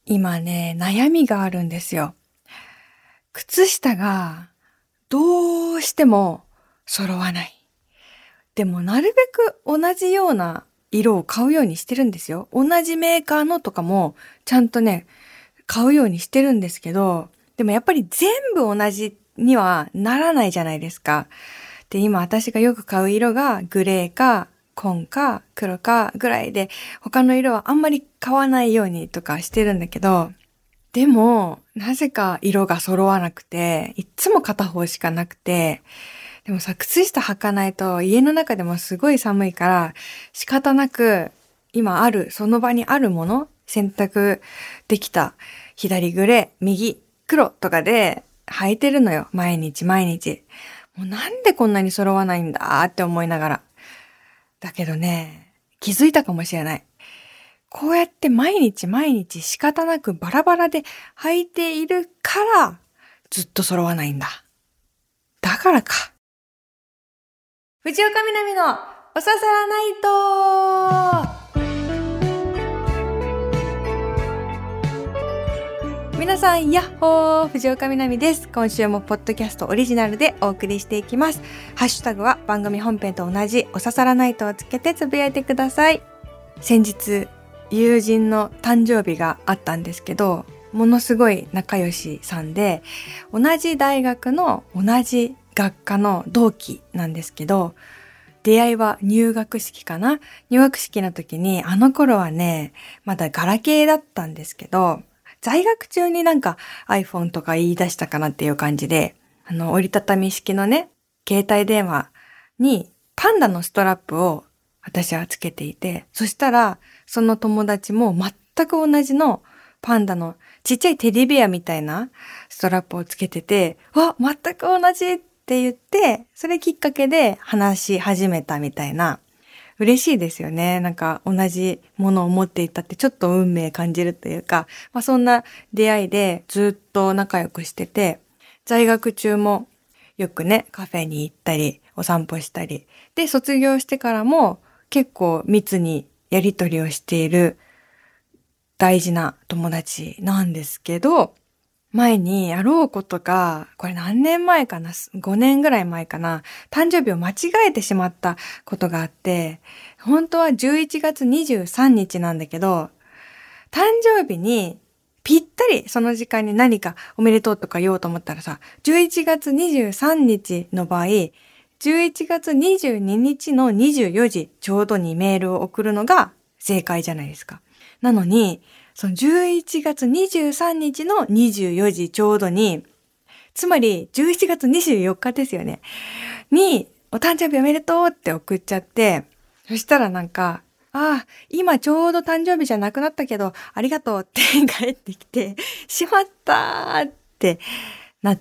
今ね、悩みがあるんですよ。靴下がどうしても揃わない。でもなるべく同じような色を買うようにしてるんですよ。同じメーカーのとかもちゃんとね、買うようにしてるんですけど、でもやっぱり全部同じにはならないじゃないですか。で、今私がよく買う色がグレーか紺か黒かぐらいで、他の色はあんまり買わないようにとかしてるんだけど、でも、なぜか色が揃わなくて、いっつも片方しかなくて、でもさ、靴下履かないと家の中でもすごい寒いから、仕方なく、今ある、その場にあるもの、選択できた、左グレー、右黒とかで履いてるのよ。毎日毎日。もうなんでこんなに揃わないんだって思いながら。だけどね、気づいたかもしれない。こうやって毎日毎日仕方なくバラバラで履いているからずっと揃わないんだ。だからか。藤岡みなみのおささらナイト。皆さん、やっほー、藤岡みなみです。今週もポッドキャストオリジナルでお送りしていきます。ハッシュタグは番組本編と同じおささらナイトをつけてつぶやいてください。先日、友人の誕生日があったんですけど、ものすごい仲良しさんで、同じ大学の同じ学科の同期なんですけど、出会いは入学式かな。入学式の時に、あの頃はね、まだガラケーだったんですけど、在学中になんか iPhone とか言い出したかなっていう感じで、折りたたみ式のね、携帯電話にパンダのストラップを私はつけていて、そしたら、その友達も全く同じのパンダのちっちゃいテディベアみたいなストラップをつけてて、わ、全く同じって言って、それきっかけで話し始めたみたいな。嬉しいですよね。なんか同じものを持っていたってちょっと運命感じるというか、そんな出会いでずっと仲良くしてて、在学中もよくね、カフェに行ったり、お散歩したり、で、卒業してからも結構密にやりとりをしている大事な友達なんですけど、前にやろうことが、これ何年前かな ?5 年ぐらい前かな。誕生日を間違えてしまったことがあって、本当は11月23日なんだけど、誕生日にぴったりその時間に何かおめでとうとか言おうと思ったらさ、11月23日の場合、11月22日の24時ちょうどにメールを送るのが正解じゃないですか。なのに、その11月23日の24時ちょうどに、つまり11月24日ですよね。に、お誕生日おめでとうって送っちゃって、そしたらなんか、ああ、今ちょうど誕生日じゃなくなったけど、ありがとうって帰ってきて、しまったーってなって、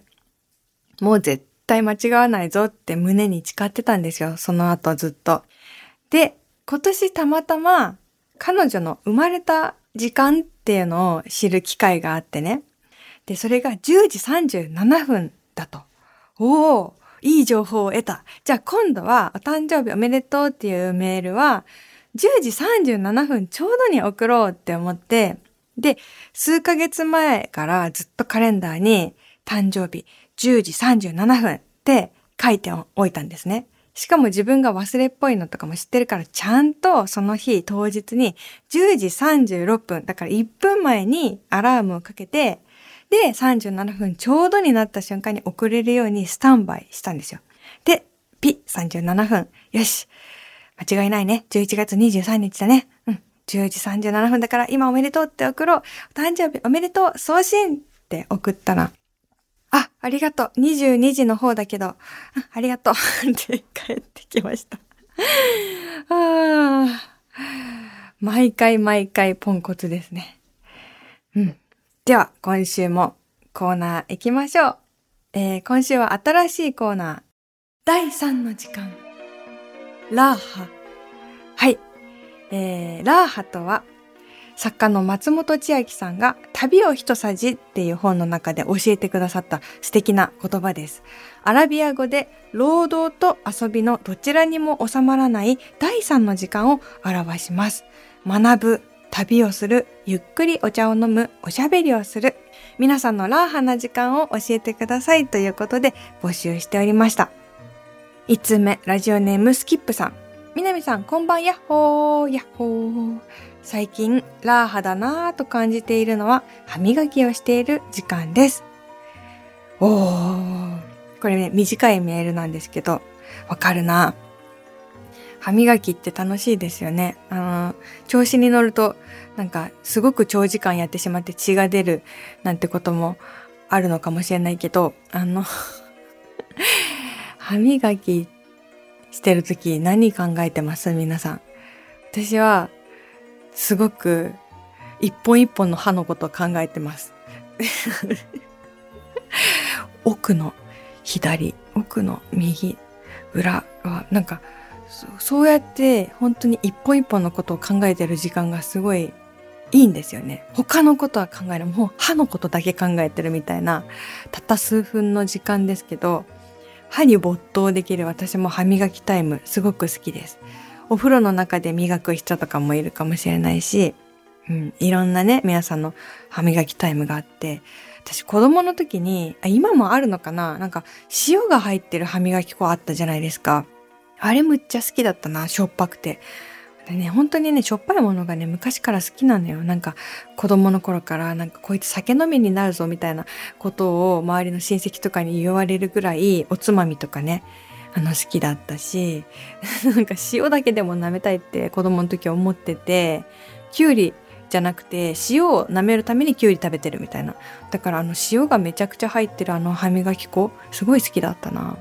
もう絶対間違わないぞって胸に誓ってたんですよ。その後ずっと。で、今年たまたま彼女の生まれた時間っていうのを知る機会があってね。で、それが10時37分だと。おー、いい情報を得た。じゃあ今度はお誕生日おめでとうっていうメールは10時37分ちょうどに送ろうって思って、で、数ヶ月前からずっとカレンダーに誕生日10時37分って書いておいたんですね。しかも自分が忘れっぽいのとかも知ってるから、ちゃんとその日当日に10時36分、だから1分前にアラームをかけて、で、37分ちょうどになった瞬間に送れるようにスタンバイしたんですよ。で、ピッ37分。よし。間違いないね。11月23日だね。10時37分だから今おめでとうって送ろう。お誕生日おめでとう送信って送ったら、ありがとう。22時の方だけど、ありがとう。って帰ってきました。毎回毎回ポンコツですね。では、今週もコーナー行きましょう。今週は新しいコーナー。第3の時間。ラーハ。はい。ラーハとは、作家の松本千秋さんが旅を一さじっていう本の中で教えてくださった素敵な言葉です。アラビア語で労働と遊びのどちらにも収まらない第3の時間を表します。学ぶ、 旅をする、ゆっくりお茶を飲む、おしゃべりをする、皆さんのラーハな時間を教えてくださいということで募集しておりました。1通目、ラジオネームスキップさん。みなみさん、こんばんやっほー、やっほー。最近、ラーハだなぁと感じているのは、歯磨きをしている時間です。これね、短いメールなんですけど、わかるな。歯磨きって楽しいですよね。調子に乗ると、なんか、すごく長時間やってしまって血が出るなんてこともあるのかもしれないけど、歯磨きしてるとき何考えてます皆さん。私は、すごく、一本一本の歯のことを考えてます。奥の左、奥の右、裏は、なんか、そうやって本当に一本一本のことを考えてる時間がすごいいいんですよね。他のことは考えない。もう歯のことだけ考えてるみたいな、たった数分の時間ですけど、歯に没頭できる私も歯磨きタイムすごく好きです。お風呂の中で磨く人とかもいるかもしれないし、いろんなね、皆さんの歯磨きタイムがあって、私子供の時に、今もあるのかな？なんか塩が入ってる歯磨き粉あったじゃないですか。あれむっちゃ好きだったな、しょっぱくて。でね、本当にね、しょっぱいものがね、昔から好きなのよ。なんか子供の頃から、なんかこいつ酒飲みになるぞみたいなことを周りの親戚とかに言われるぐらい、おつまみとかね、好きだったし、なんか塩だけでも舐めたいって子供の時は思ってて、きゅうりじゃなくて塩を舐めるためにきゅうり食べてるみたいな。だから塩がめちゃくちゃ入ってる歯磨き粉、すごい好きだったな。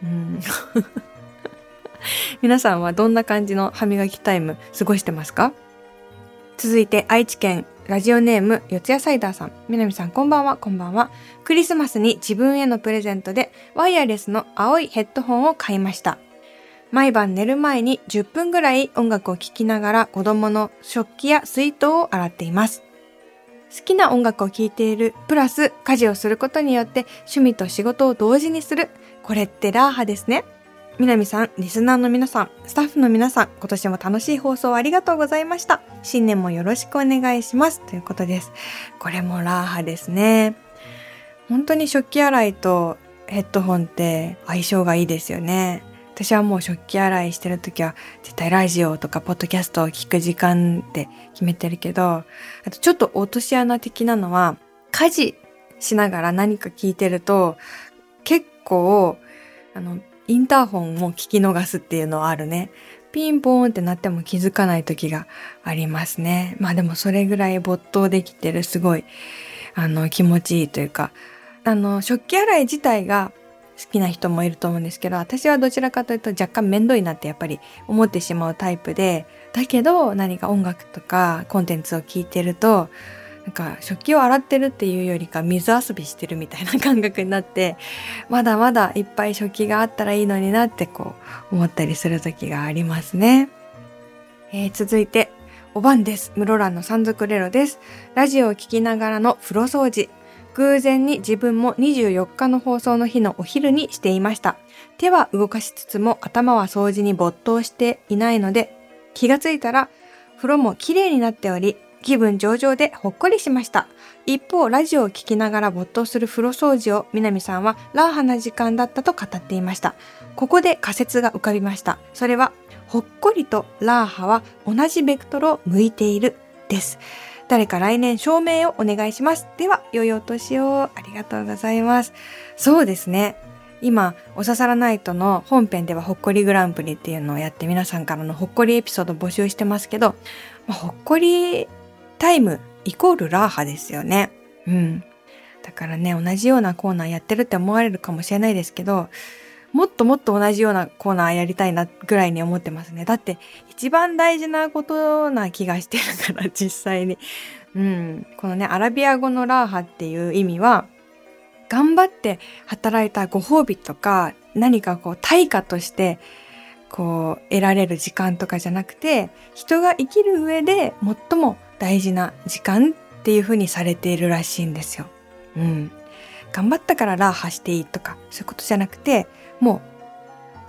皆さんはどんな感じの歯磨きタイム過ごしてますか？続いて愛知県ラジオネーム四谷サイダーさん。みなみさんこんばんは。こんばんは。クリスマスに自分へのプレゼントでワイヤレスの青いヘッドホンを買いました。毎晩寝る前に10分ぐらい音楽を聴きながら子供の食器や水筒を洗っています。好きな音楽を聴いているプラス家事をすることによって趣味と仕事を同時にする。これってラーハですね。みなみさん、リスナーの皆さん、スタッフの皆さん、今年も楽しい放送ありがとうございました。新年もよろしくお願いします。ということです。これもラーハですね。本当に食器洗いとヘッドホンって相性がいいですよね。私はもう食器洗いしてるときは絶対ラジオとかポッドキャストを聞く時間って決めてるけど、あとちょっと落とし穴的なのは、家事しながら何か聞いてると結構インターホンも聞き逃すっていうのはあるね。ピンポーンってなっても気づかない時がありますね。まあでもそれぐらい没頭できてるすごい気持ちいいというか、食器洗い自体が好きな人もいると思うんですけど、私はどちらかというと若干面倒いなってやっぱり思ってしまうタイプで、だけど何か音楽とかコンテンツを聞いてると、なんか食器を洗ってるっていうよりか水遊びしてるみたいな感覚になって、まだまだいっぱい食器があったらいいのになって思ったりする時がありますね。続いておばんです。室蘭の山賊レロです。ラジオを聞きながらの風呂掃除。偶然に自分も24日の放送の日のお昼にしていました。手は動かしつつも頭は掃除に没頭していないので、気がついたら風呂も綺麗になっており、気分上々でほっこりしました。一方、ラジオを聞きながら没頭する風呂掃除を南さんはラーハな時間だったと語っていました。ここで仮説が浮かびました。それは、ほっこりとラーハは同じベクトルを向いているです。誰か来年証明をお願いします。では、良いお年を。ありがとうございます。そうですね。今、おささらナイトの本編ではほっこりグランプリっていうのをやって皆さんからのほっこりエピソード募集してますけど、ほっこりタイムイコールラーハですよね。だからね、同じようなコーナーやってるって思われるかもしれないですけど、もっともっと同じようなコーナーやりたいなぐらいに思ってますね。だって一番大事なことな気がしてるから、実際に。このね、アラビア語のラーハっていう意味は、頑張って働いたご褒美とか、何か対価として得られる時間とかじゃなくて、人が生きる上で最も大事な時間っていう風にされているらしいんですよ。頑張ったからラーハしていいとか、そういうことじゃなくて、もう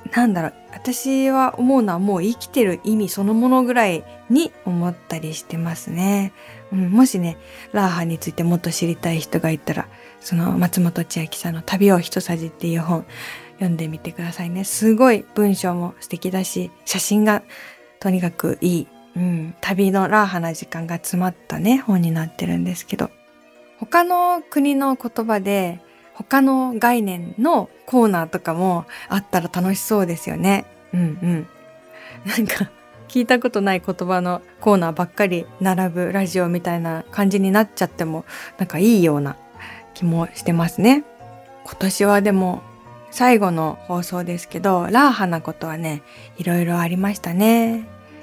私は思うのはもう生きてる意味そのものぐらいに思ったりしてますね。もしね、ラーハについてもっと知りたい人がいたら、その松本千秋さんの旅を一さじっていう本読んでみてくださいね。すごい文章も素敵だし、写真がとにかくいい。旅のラーハな時間が詰まったね、本になってるんですけど、他の国の言葉で、他の概念のコーナーとかもあったら楽しそうですよね。なんか聞いたことない言葉のコーナーばっかり並ぶラジオみたいな感じになっちゃってもなんかいいような気もしてますね。今年はでも最後の放送ですけど、ラーハなことはね、いろいろありましたね。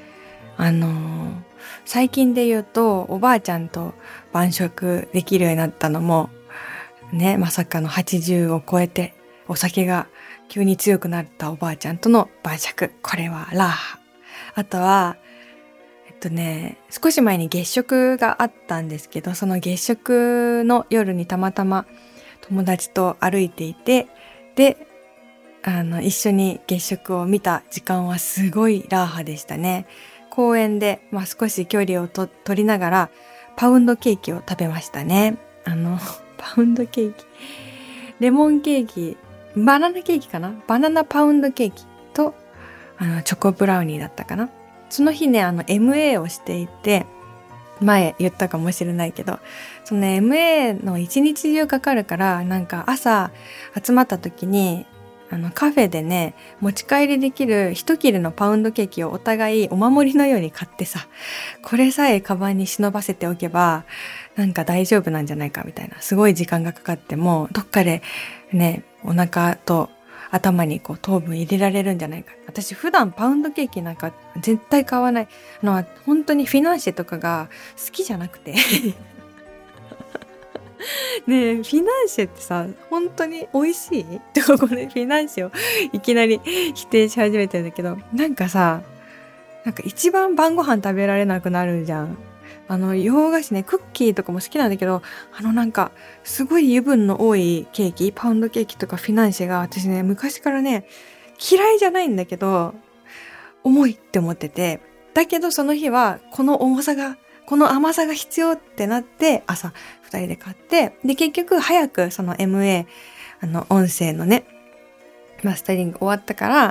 最近で言うとおばあちゃんと晩食できるようになったのもね、まさかの80を超えてお酒が急に強くなったおばあちゃんとの晩酌。これはラーハ。あとは、少し前に月食があったんですけど、その月食の夜にたまたま友達と歩いていて、で、一緒に月食を見た時間はすごいラーハでしたね。公園で、少し距離を取りながら、パウンドケーキを食べましたね。パウンドケーキ。レモンケーキ、バナナケーキかな？バナナパウンドケーキと、チョコブラウニーだったかな？その日ね、MA をしていて、前言ったかもしれないけど、その MA の一日中かかるから、なんか朝集まった時に、カフェでね、持ち帰りできる一切れのパウンドケーキをお互いお守りのように買ってさ、これさえカバンに忍ばせておけば、なんか大丈夫なんじゃないかみたいな、すごい時間がかかっても、どっかでね、お腹と頭にこう糖分入れられるんじゃないか。私普段パウンドケーキなんか絶対買わない。本当にフィナンシェとかが好きじゃなくて。ねえ、フィナンシェってさ、本当に美味しい？ってここでフィナンシェをいきなり否定し始めてるんだけど、なんか一番晩ご飯食べられなくなるじゃん。洋菓子ね、クッキーとかも好きなんだけど、すごい油分の多いケーキ、パウンドケーキとかフィナンシェが私ね、昔からね、嫌いじゃないんだけど、重いって思ってて、だけどその日は、この甘さが必要ってなって、朝二人で買って、で、結局早くその MA、音声のね、マスタリング終わったから、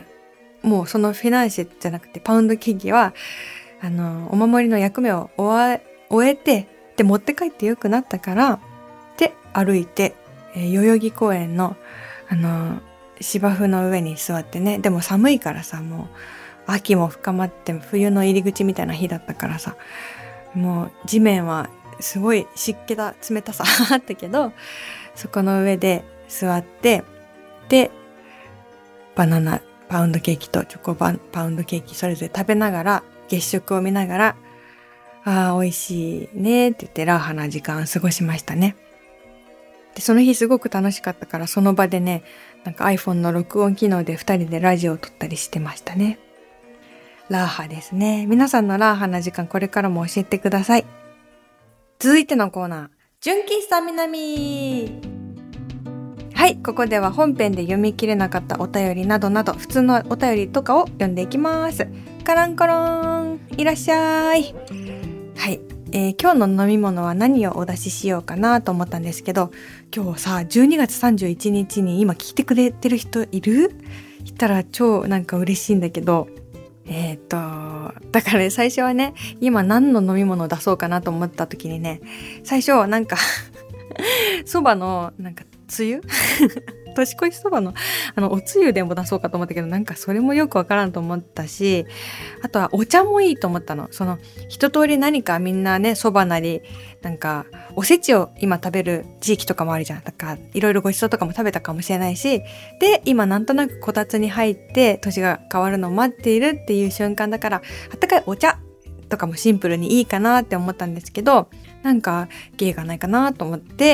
もうそのフィナンシェじゃなくてパウンドケーキは、お守りの役目を終えて、で、持って帰ってよくなったから、で、歩いて、代々木公園の、芝生の上に座ってね、でも寒いからさ、もう、秋も深まって冬の入り口みたいな日だったからさ、もう地面はすごい湿気だ冷たさあったけど、そこの上で座って、で、バナナパウンドケーキとチョコパウンドケーキそれぞれ食べながら、月食を見ながら、ああ、美味しいねって言ってラーハな時間過ごしましたね。で、その日すごく楽しかったから、その場でね、なんか iPhone の録音機能で2人でラジオを撮ったりしてましたね。ラーハですね。皆さんのラーハな時間これからも教えてください。続いてのコーナー、純喫茶みなみ。はい、ここでは本編で読み切れなかったお便りなどなど、普通のお便りとかを読んでいきます。カランコロン、いらっしゃい。はい、今日の飲み物は何をお出ししようかなと思ったんですけど、今日さ、12月31日に今聞いてくれてる人いたら超なんか嬉しいんだけど、だからね、最初はね、今何の飲み物を出そうかなと思った時にね、最初なんかそばのなんかつゆ年越しそばのおつゆでも出そうかと思ったけど、なんかそれもよくわからんと思ったし、あとはお茶もいいと思ったの。その一通り何かみんなね、そばなりなんかおせちを今食べる地域とかもあるじゃん。だからいろいろごちそうとかも食べたかもしれないし、で今なんとなくこたつに入って年が変わるのを待っているっていう瞬間だから、あったかいお茶とかもシンプルにいいかなって思ったんですけど、なんか芸がないかなと思って、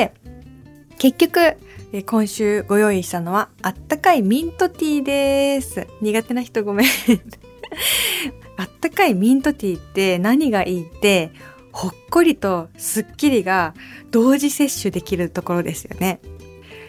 結局今週ご用意したのはあったかいミントティーです。苦手な人ごめんあったかいミントティーって何がいいって、ほっこりとすっきりが同時摂取できるところですよね。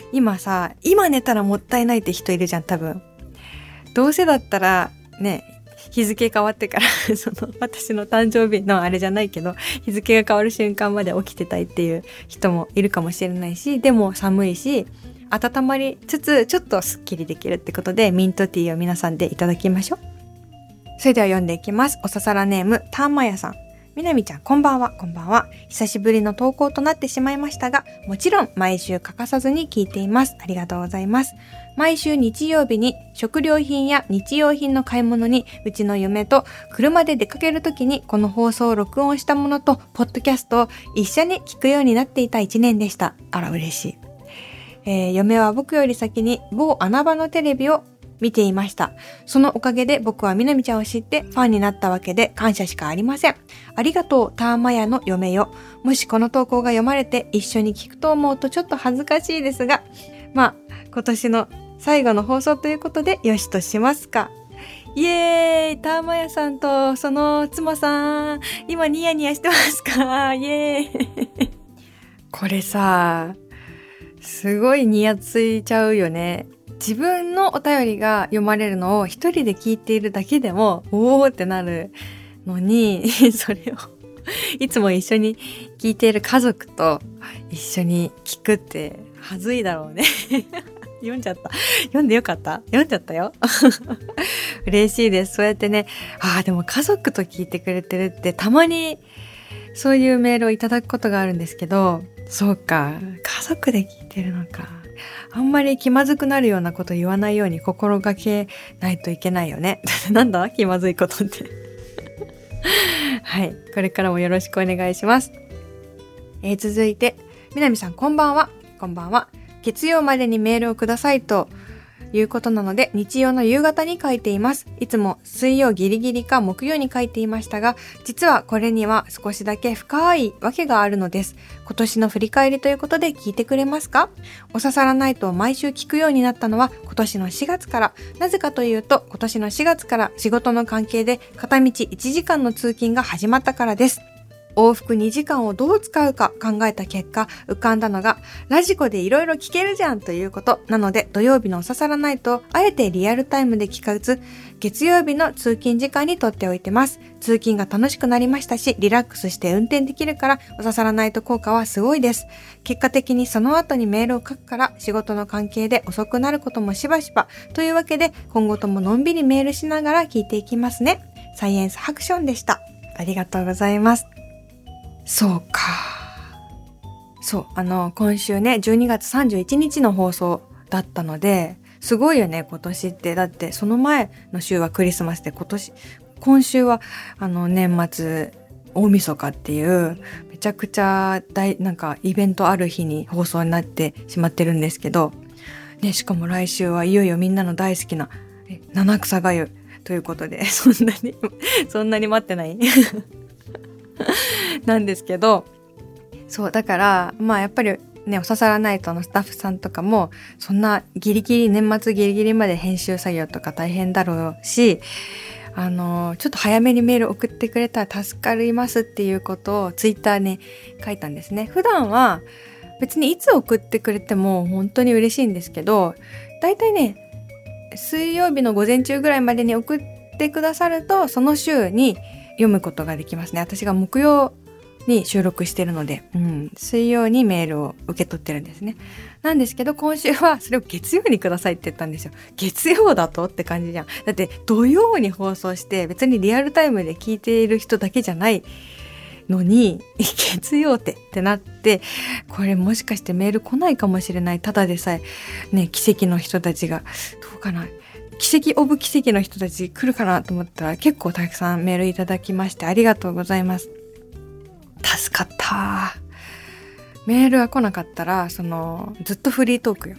今寝たらもったいないって人いるじゃん、多分。どうせだったらね、日付変わってから私の誕生日のあれじゃないけど、日付が変わる瞬間まで起きてたいっていう人もいるかもしれないし、でも寒いし温まりつつちょっとスッキリできるってことで、ミントティーを皆さんでいただきましょう。それでは読んでいきます。おささらネームたーまやさん。みなみちゃん、こんばんは。こんばんは。久しぶりの投稿となってしまいましたが、もちろん毎週欠かさずに聞いています。ありがとうございます。毎週日曜日に食料品や日用品の買い物にうちの嫁と車で出かけるときにこの放送を録音したものとポッドキャストを一緒に聞くようになっていた1年でした。あら嬉しい。嫁は僕より先に某穴場のテレビを見ていました。そのおかげで僕はみなみちゃんを知ってファンになったわけで感謝しかありません。ありがとう、たーまやの嫁よ。もしこの投稿が読まれて一緒に聞くと思うとちょっと恥ずかしいですが、今年の最後の放送ということでよしとしますか。イエーイ、たーまやさんとその妻さん、今ニヤニヤしてますか？イエーイ。これさ、すごいニヤついちゃうよね。自分のお便りが読まれるのを一人で聞いているだけでもおーってなるのに、それをいつも一緒に聞いている家族と一緒に聞くって恥ずいだろうね。読んじゃった。読んでよかった？読んじゃったよ。嬉しいです。そうやってね、でも家族と聞いてくれてるってたまにそういうメールをいただくことがあるんですけど、そうか、家族で聞いてるのか。あんまり気まずくなるようなこと言わないように心がけないといけないよね。なんだ気まずいことって。はい、これからもよろしくお願いします。続いて、みなみさんこんばんは。こんばんは。月曜までにメールをくださいということなので、日曜の夕方に書いています。いつも水曜ギリギリか木曜に書いていましたが、実はこれには少しだけ深いわけがあるのです。今年の振り返りということで聞いてくれますか？おささらないと毎週聞くようになったのは今年の4月から。なぜかというと、今年の4月から仕事の関係で片道1時間の通勤が始まったからです。往復2時間をどう使うか考えた結果、浮かんだのがラジコでいろいろ聞けるじゃんということなので、土曜日のおささらないとあえてリアルタイムで聞かず、月曜日の通勤時間にとっておいてます。通勤が楽しくなりましたし、リラックスして運転できるからおささらないと効果はすごいです。結果的にその後にメールを書くから仕事の関係で遅くなることもしばしばというわけで、今後とものんびりメールしながら聞いていきますね。サイエンスハクションでした。ありがとうございます。そうか。そう、今週ね、12月31日の放送だったので、すごいよね、今年って。だって、その前の週はクリスマスで、今週は、年末、大晦日っていう、めちゃくちゃなんかイベントある日に放送になってしまってるんですけど、ね、しかも来週はいよいよみんなの大好きな、七草がゆということで、そんなに待ってないなんですけど、そうだからやっぱりね、おささらナイトのスタッフさんとかもそんな年末ギリギリまで編集作業とか大変だろうし、ちょっと早めにメール送ってくれたら助かりますっていうことをツイッターに書いたんですね。普段は別にいつ送ってくれても本当に嬉しいんですけど、だいたいね、水曜日の午前中ぐらいまでに送ってくださるとその週に読むことができますね。私が木曜に収録してるので、水曜にメールを受け取ってるんですね。なんですけど、今週はそれを月曜にくださいって言ったんですよ。月曜だとって感じじゃん。だって土曜に放送して別にリアルタイムで聞いている人だけじゃないのに、月曜ってなって、これもしかしてメール来ないかもしれない。ただでさえね、奇跡の人たちが、どうかな、奇跡オブ奇跡の人たち来るかなと思ったら結構たくさんメールいただきましてありがとうございます。助かった。メールが来なかったらずっとフリートークよ。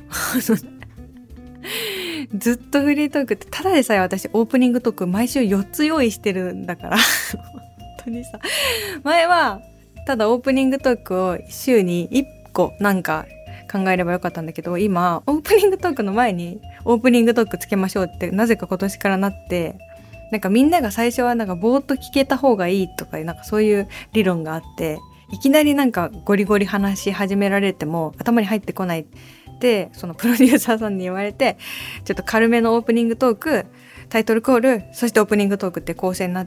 ずっとフリートークって、ただでさえ私オープニングトーク毎週4つ用意してるんだから本当にさ、前はただオープニングトークを週に1個なんか考えればよかったんだけど、今オープニングトークの前にオープニングトークつけましょうってなぜか今年からなって、なんかみんなが最初はなんかぼーっと聞けた方がいいとか、なんかそういう理論があって、いきなりなんかゴリゴリ話し始められても頭に入ってこないっ 、そのプロデューサーさんに言われて、ちょっと軽めのオープニングトーク、タイトルコール、そしてオープニングトークって構成になって、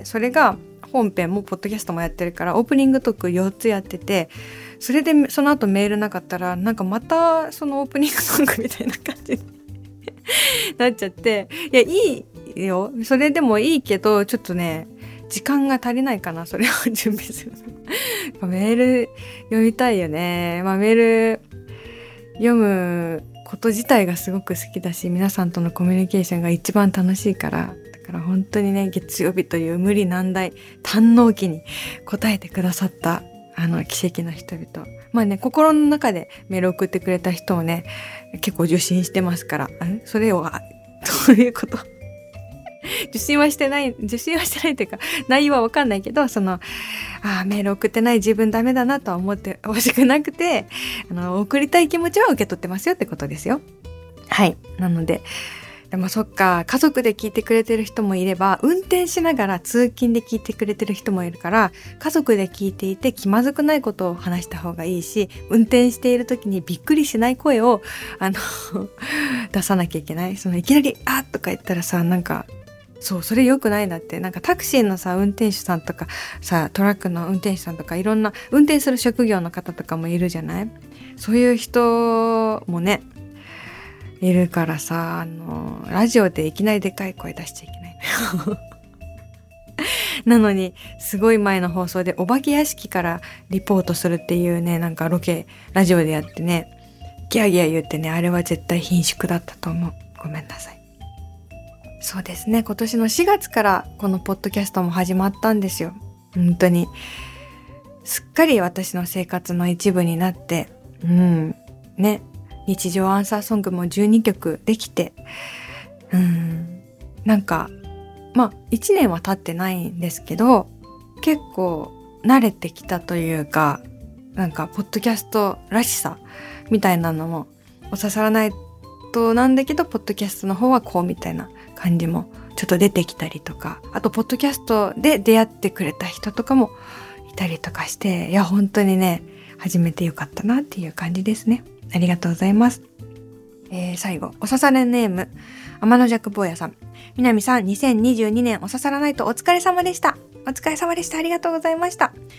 それが本編もポッドキャストもやってるから、オープニングトーク4つやってて、それでその後メールなかったら、なんかまたそのオープニングトークみたいな感じになっちゃって、いや、いいよ。それでもいいけど、ちょっとね、時間が足りないかな、それを準備するの。メール読みたいよね。メール読むこと自体がすごく好きだし、皆さんとのコミュニケーションが一番楽しいから、だから本当にね、月曜日という無理難題、堪能期に答えてくださった奇跡の人々。心の中でメール送ってくれた人をね、結構受信してますから、それを、どういうこと受信はしてないというか、内容はわかんないけど、メール送ってない自分ダメだなとは思ってほしくなくて、送りたい気持ちは受け取ってますよってことですよ。はい。なので、でもそっか、家族で聞いてくれてる人もいれば、運転しながら通勤で聞いてくれてる人もいるから、家族で聞いていて気まずくないことを話した方がいいし、運転している時にびっくりしない声を、出さなきゃいけない。いきなり、あーとか言ったらさ、それ良くないなって。タクシーのさ、運転手さんとかさ、トラックの運転手さんとか、いろんな運転する職業の方とかもいるじゃない？そういう人もね、いるからさ、ラジオでいきなりでかい声出しちゃいけないのよ。なのに、すごい前の放送でお化け屋敷からリポートするっていうね、ロケ、ラジオでやってね、ギャーギャー言ってね、あれは絶対貧縮だったと思う。ごめんなさい。そうですね、今年の4月からこのポッドキャストも始まったんですよ。本当に。すっかり私の生活の一部になって、ね、日常アンサーソングも12曲できて、1年は経ってないんですけど、結構慣れてきたというか、ポッドキャストらしさみたいなのも、お刺さらないとなんだけど、ポッドキャストの方はこうみたいな感じもちょっと出てきたりとか、あとポッドキャストで出会ってくれた人とかもいたりとかして、いや本当にね、始めてよかったなっていう感じですね。ありがとうございます。最後、お刺されネーム、天の弱坊やさん。みなみさん、2022年お刺さらないとお疲れ様でした。お疲れ様でした。ありがとうございました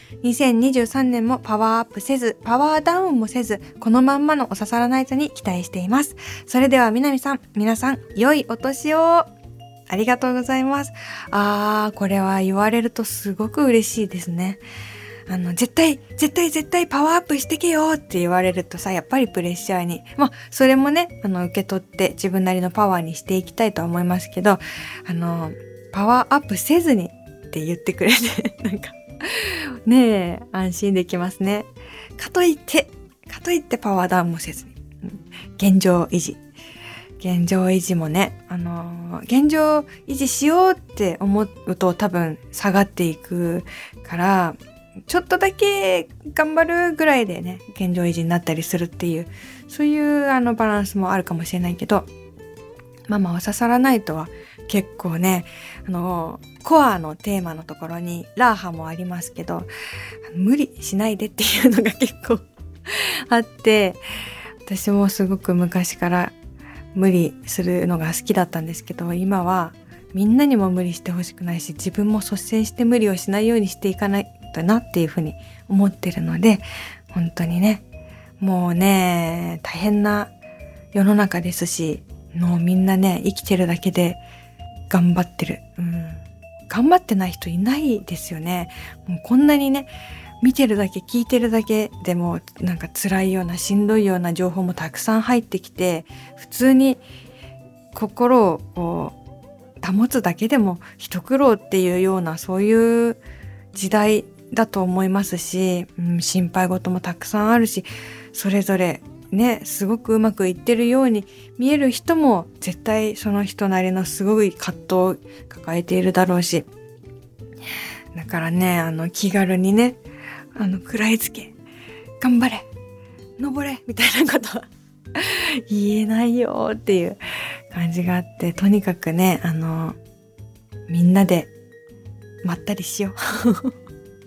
。2023年もパワーアップせず、パワーダウンもせず、このまんまのお刺さらないとに期待しています。それではみなみさん、皆さん、良いお年を。ありがとうございます。これは言われるとすごく嬉しいですね。絶対パワーアップしてけよって言われるとさ、やっぱりプレッシャーに。それもね、受け取って自分なりのパワーにしていきたいとは思いますけど、パワーアップせずにって言ってくれて、ねえ、安心できますね。かといってパワーダウンもせずに。現状維持もね、現状維持しようって思うと多分下がっていくから、ちょっとだけ頑張るぐらいでね、現状維持になったりするっていう、そういうバランスもあるかもしれないけど、お刺さらないとは結構ね、コアのテーマのところにラーハもありますけど、無理しないでっていうのが結構あって、私もすごく昔から無理するのが好きだったんですけど、今はみんなにも無理してほしくないし、自分も率先して無理をしないようにしていかないとなっていうふうに思ってるので、本当にね、もうね、大変な世の中ですし、もうみんなね、生きてるだけで頑張ってる。頑張ってない人いないですよね。もうこんなにね、見てるだけ聞いてるだけでも辛いようなしんどいような情報もたくさん入ってきて、普通に心をこう保つだけでも一苦労っていうような、そういう時代だと思いますし、心配事もたくさんあるし、それぞれね、すごくうまくいってるように見える人も絶対その人なりのすごい葛藤を抱えているだろうし、だからね、気軽にね、食らいつけ、頑張れ、登れみたいなことは言えないよっていう感じがあって、とにかくね、みんなでまったりしよ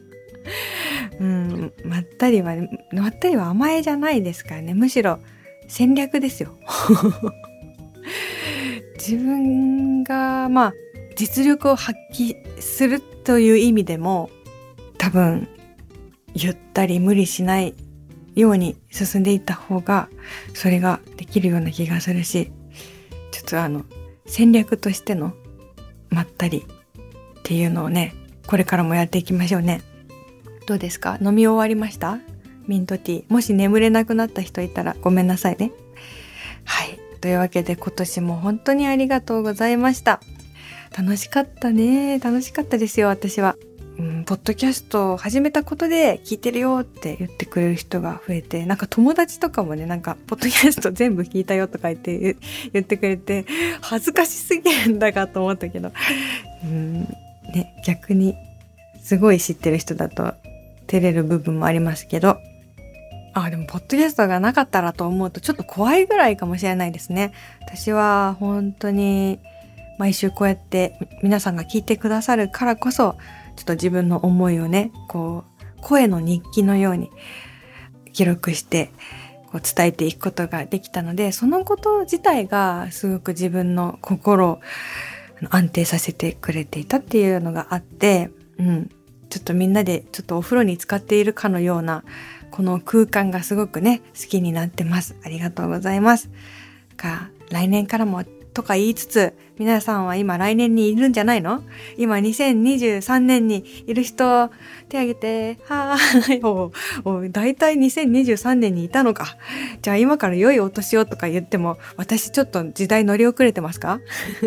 う。まったりは甘えじゃないですからね。むしろ戦略ですよ。自分が実力を発揮するという意味でも多分ゆったり無理しないように進んでいった方がそれができるような気がするし、ちょっと戦略としてのまったりっていうのをね、これからもやっていきましょうね。どうですか？飲み終わりました？ミントティー。もし眠れなくなった人いたらごめんなさいね。はい。というわけで今年も本当にありがとうございました。楽しかったね。楽しかったですよ、私は。ポッドキャストを始めたことで聞いてるよって言ってくれる人が増えて、なんか友達とかもね、ポッドキャスト全部聞いたよとか言ってくれて、恥ずかしすぎるんだかと思ったけど、ね、逆にすごい知ってる人だと照れる部分もありますけど、でもポッドキャストがなかったらと思うとちょっと怖いぐらいかもしれないですね。私は本当に毎週こうやって皆さんが聞いてくださるからこそ、ちょっと自分の思いをね、声の日記のように記録して伝えていくことができたので、そのこと自体がすごく自分の心を安定させてくれていたっていうのがあって、ちょっとみんなでちょっとお風呂に浸かっているかのようなこの空間がすごくね、好きになってます。ありがとうございます。来年からもとか言いつつ、皆さんは今来年にいるんじゃないの？今2023年にいる人、手挙げて。はーい。だいたい2023年にいたのか。じゃあ今から良いお年をとか言っても、私ちょっと時代乗り遅れてますか？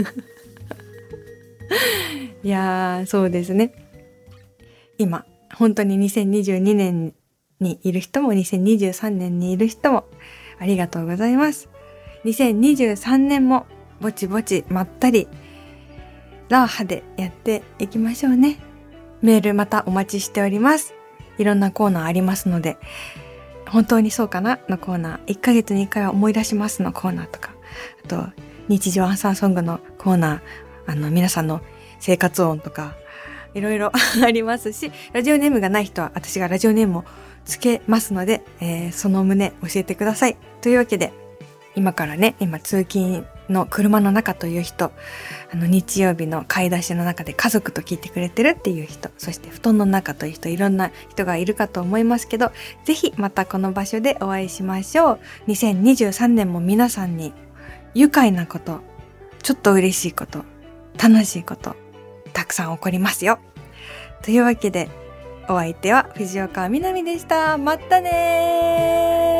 いやー、そうですね。今、本当に2022年にいる人も2023年にいる人もありがとうございます。2023年もぼちぼちまったりラーハでやっていきましょうね。メールまたお待ちしております。いろんなコーナーありますので、本当にそうかなのコーナー、1ヶ月に1回は思い出しますのコーナーとか、あと日常アンサーソングのコーナー、皆さんの生活音とかいろいろありますし、ラジオネームがない人は私がラジオネームをつけますので、その旨教えてください。というわけで、今からね、今通勤の車の中という人、日曜日の買い出しの中で家族と聞いてくれてるっていう人、そして布団の中という人、いろんな人がいるかと思いますけど、ぜひまたこの場所でお会いしましょう。2023年も皆さんに愉快なこと、ちょっと嬉しいこと、楽しいこと、たくさん起こりますよ。というわけで、お相手は藤岡みなみでした。またねー。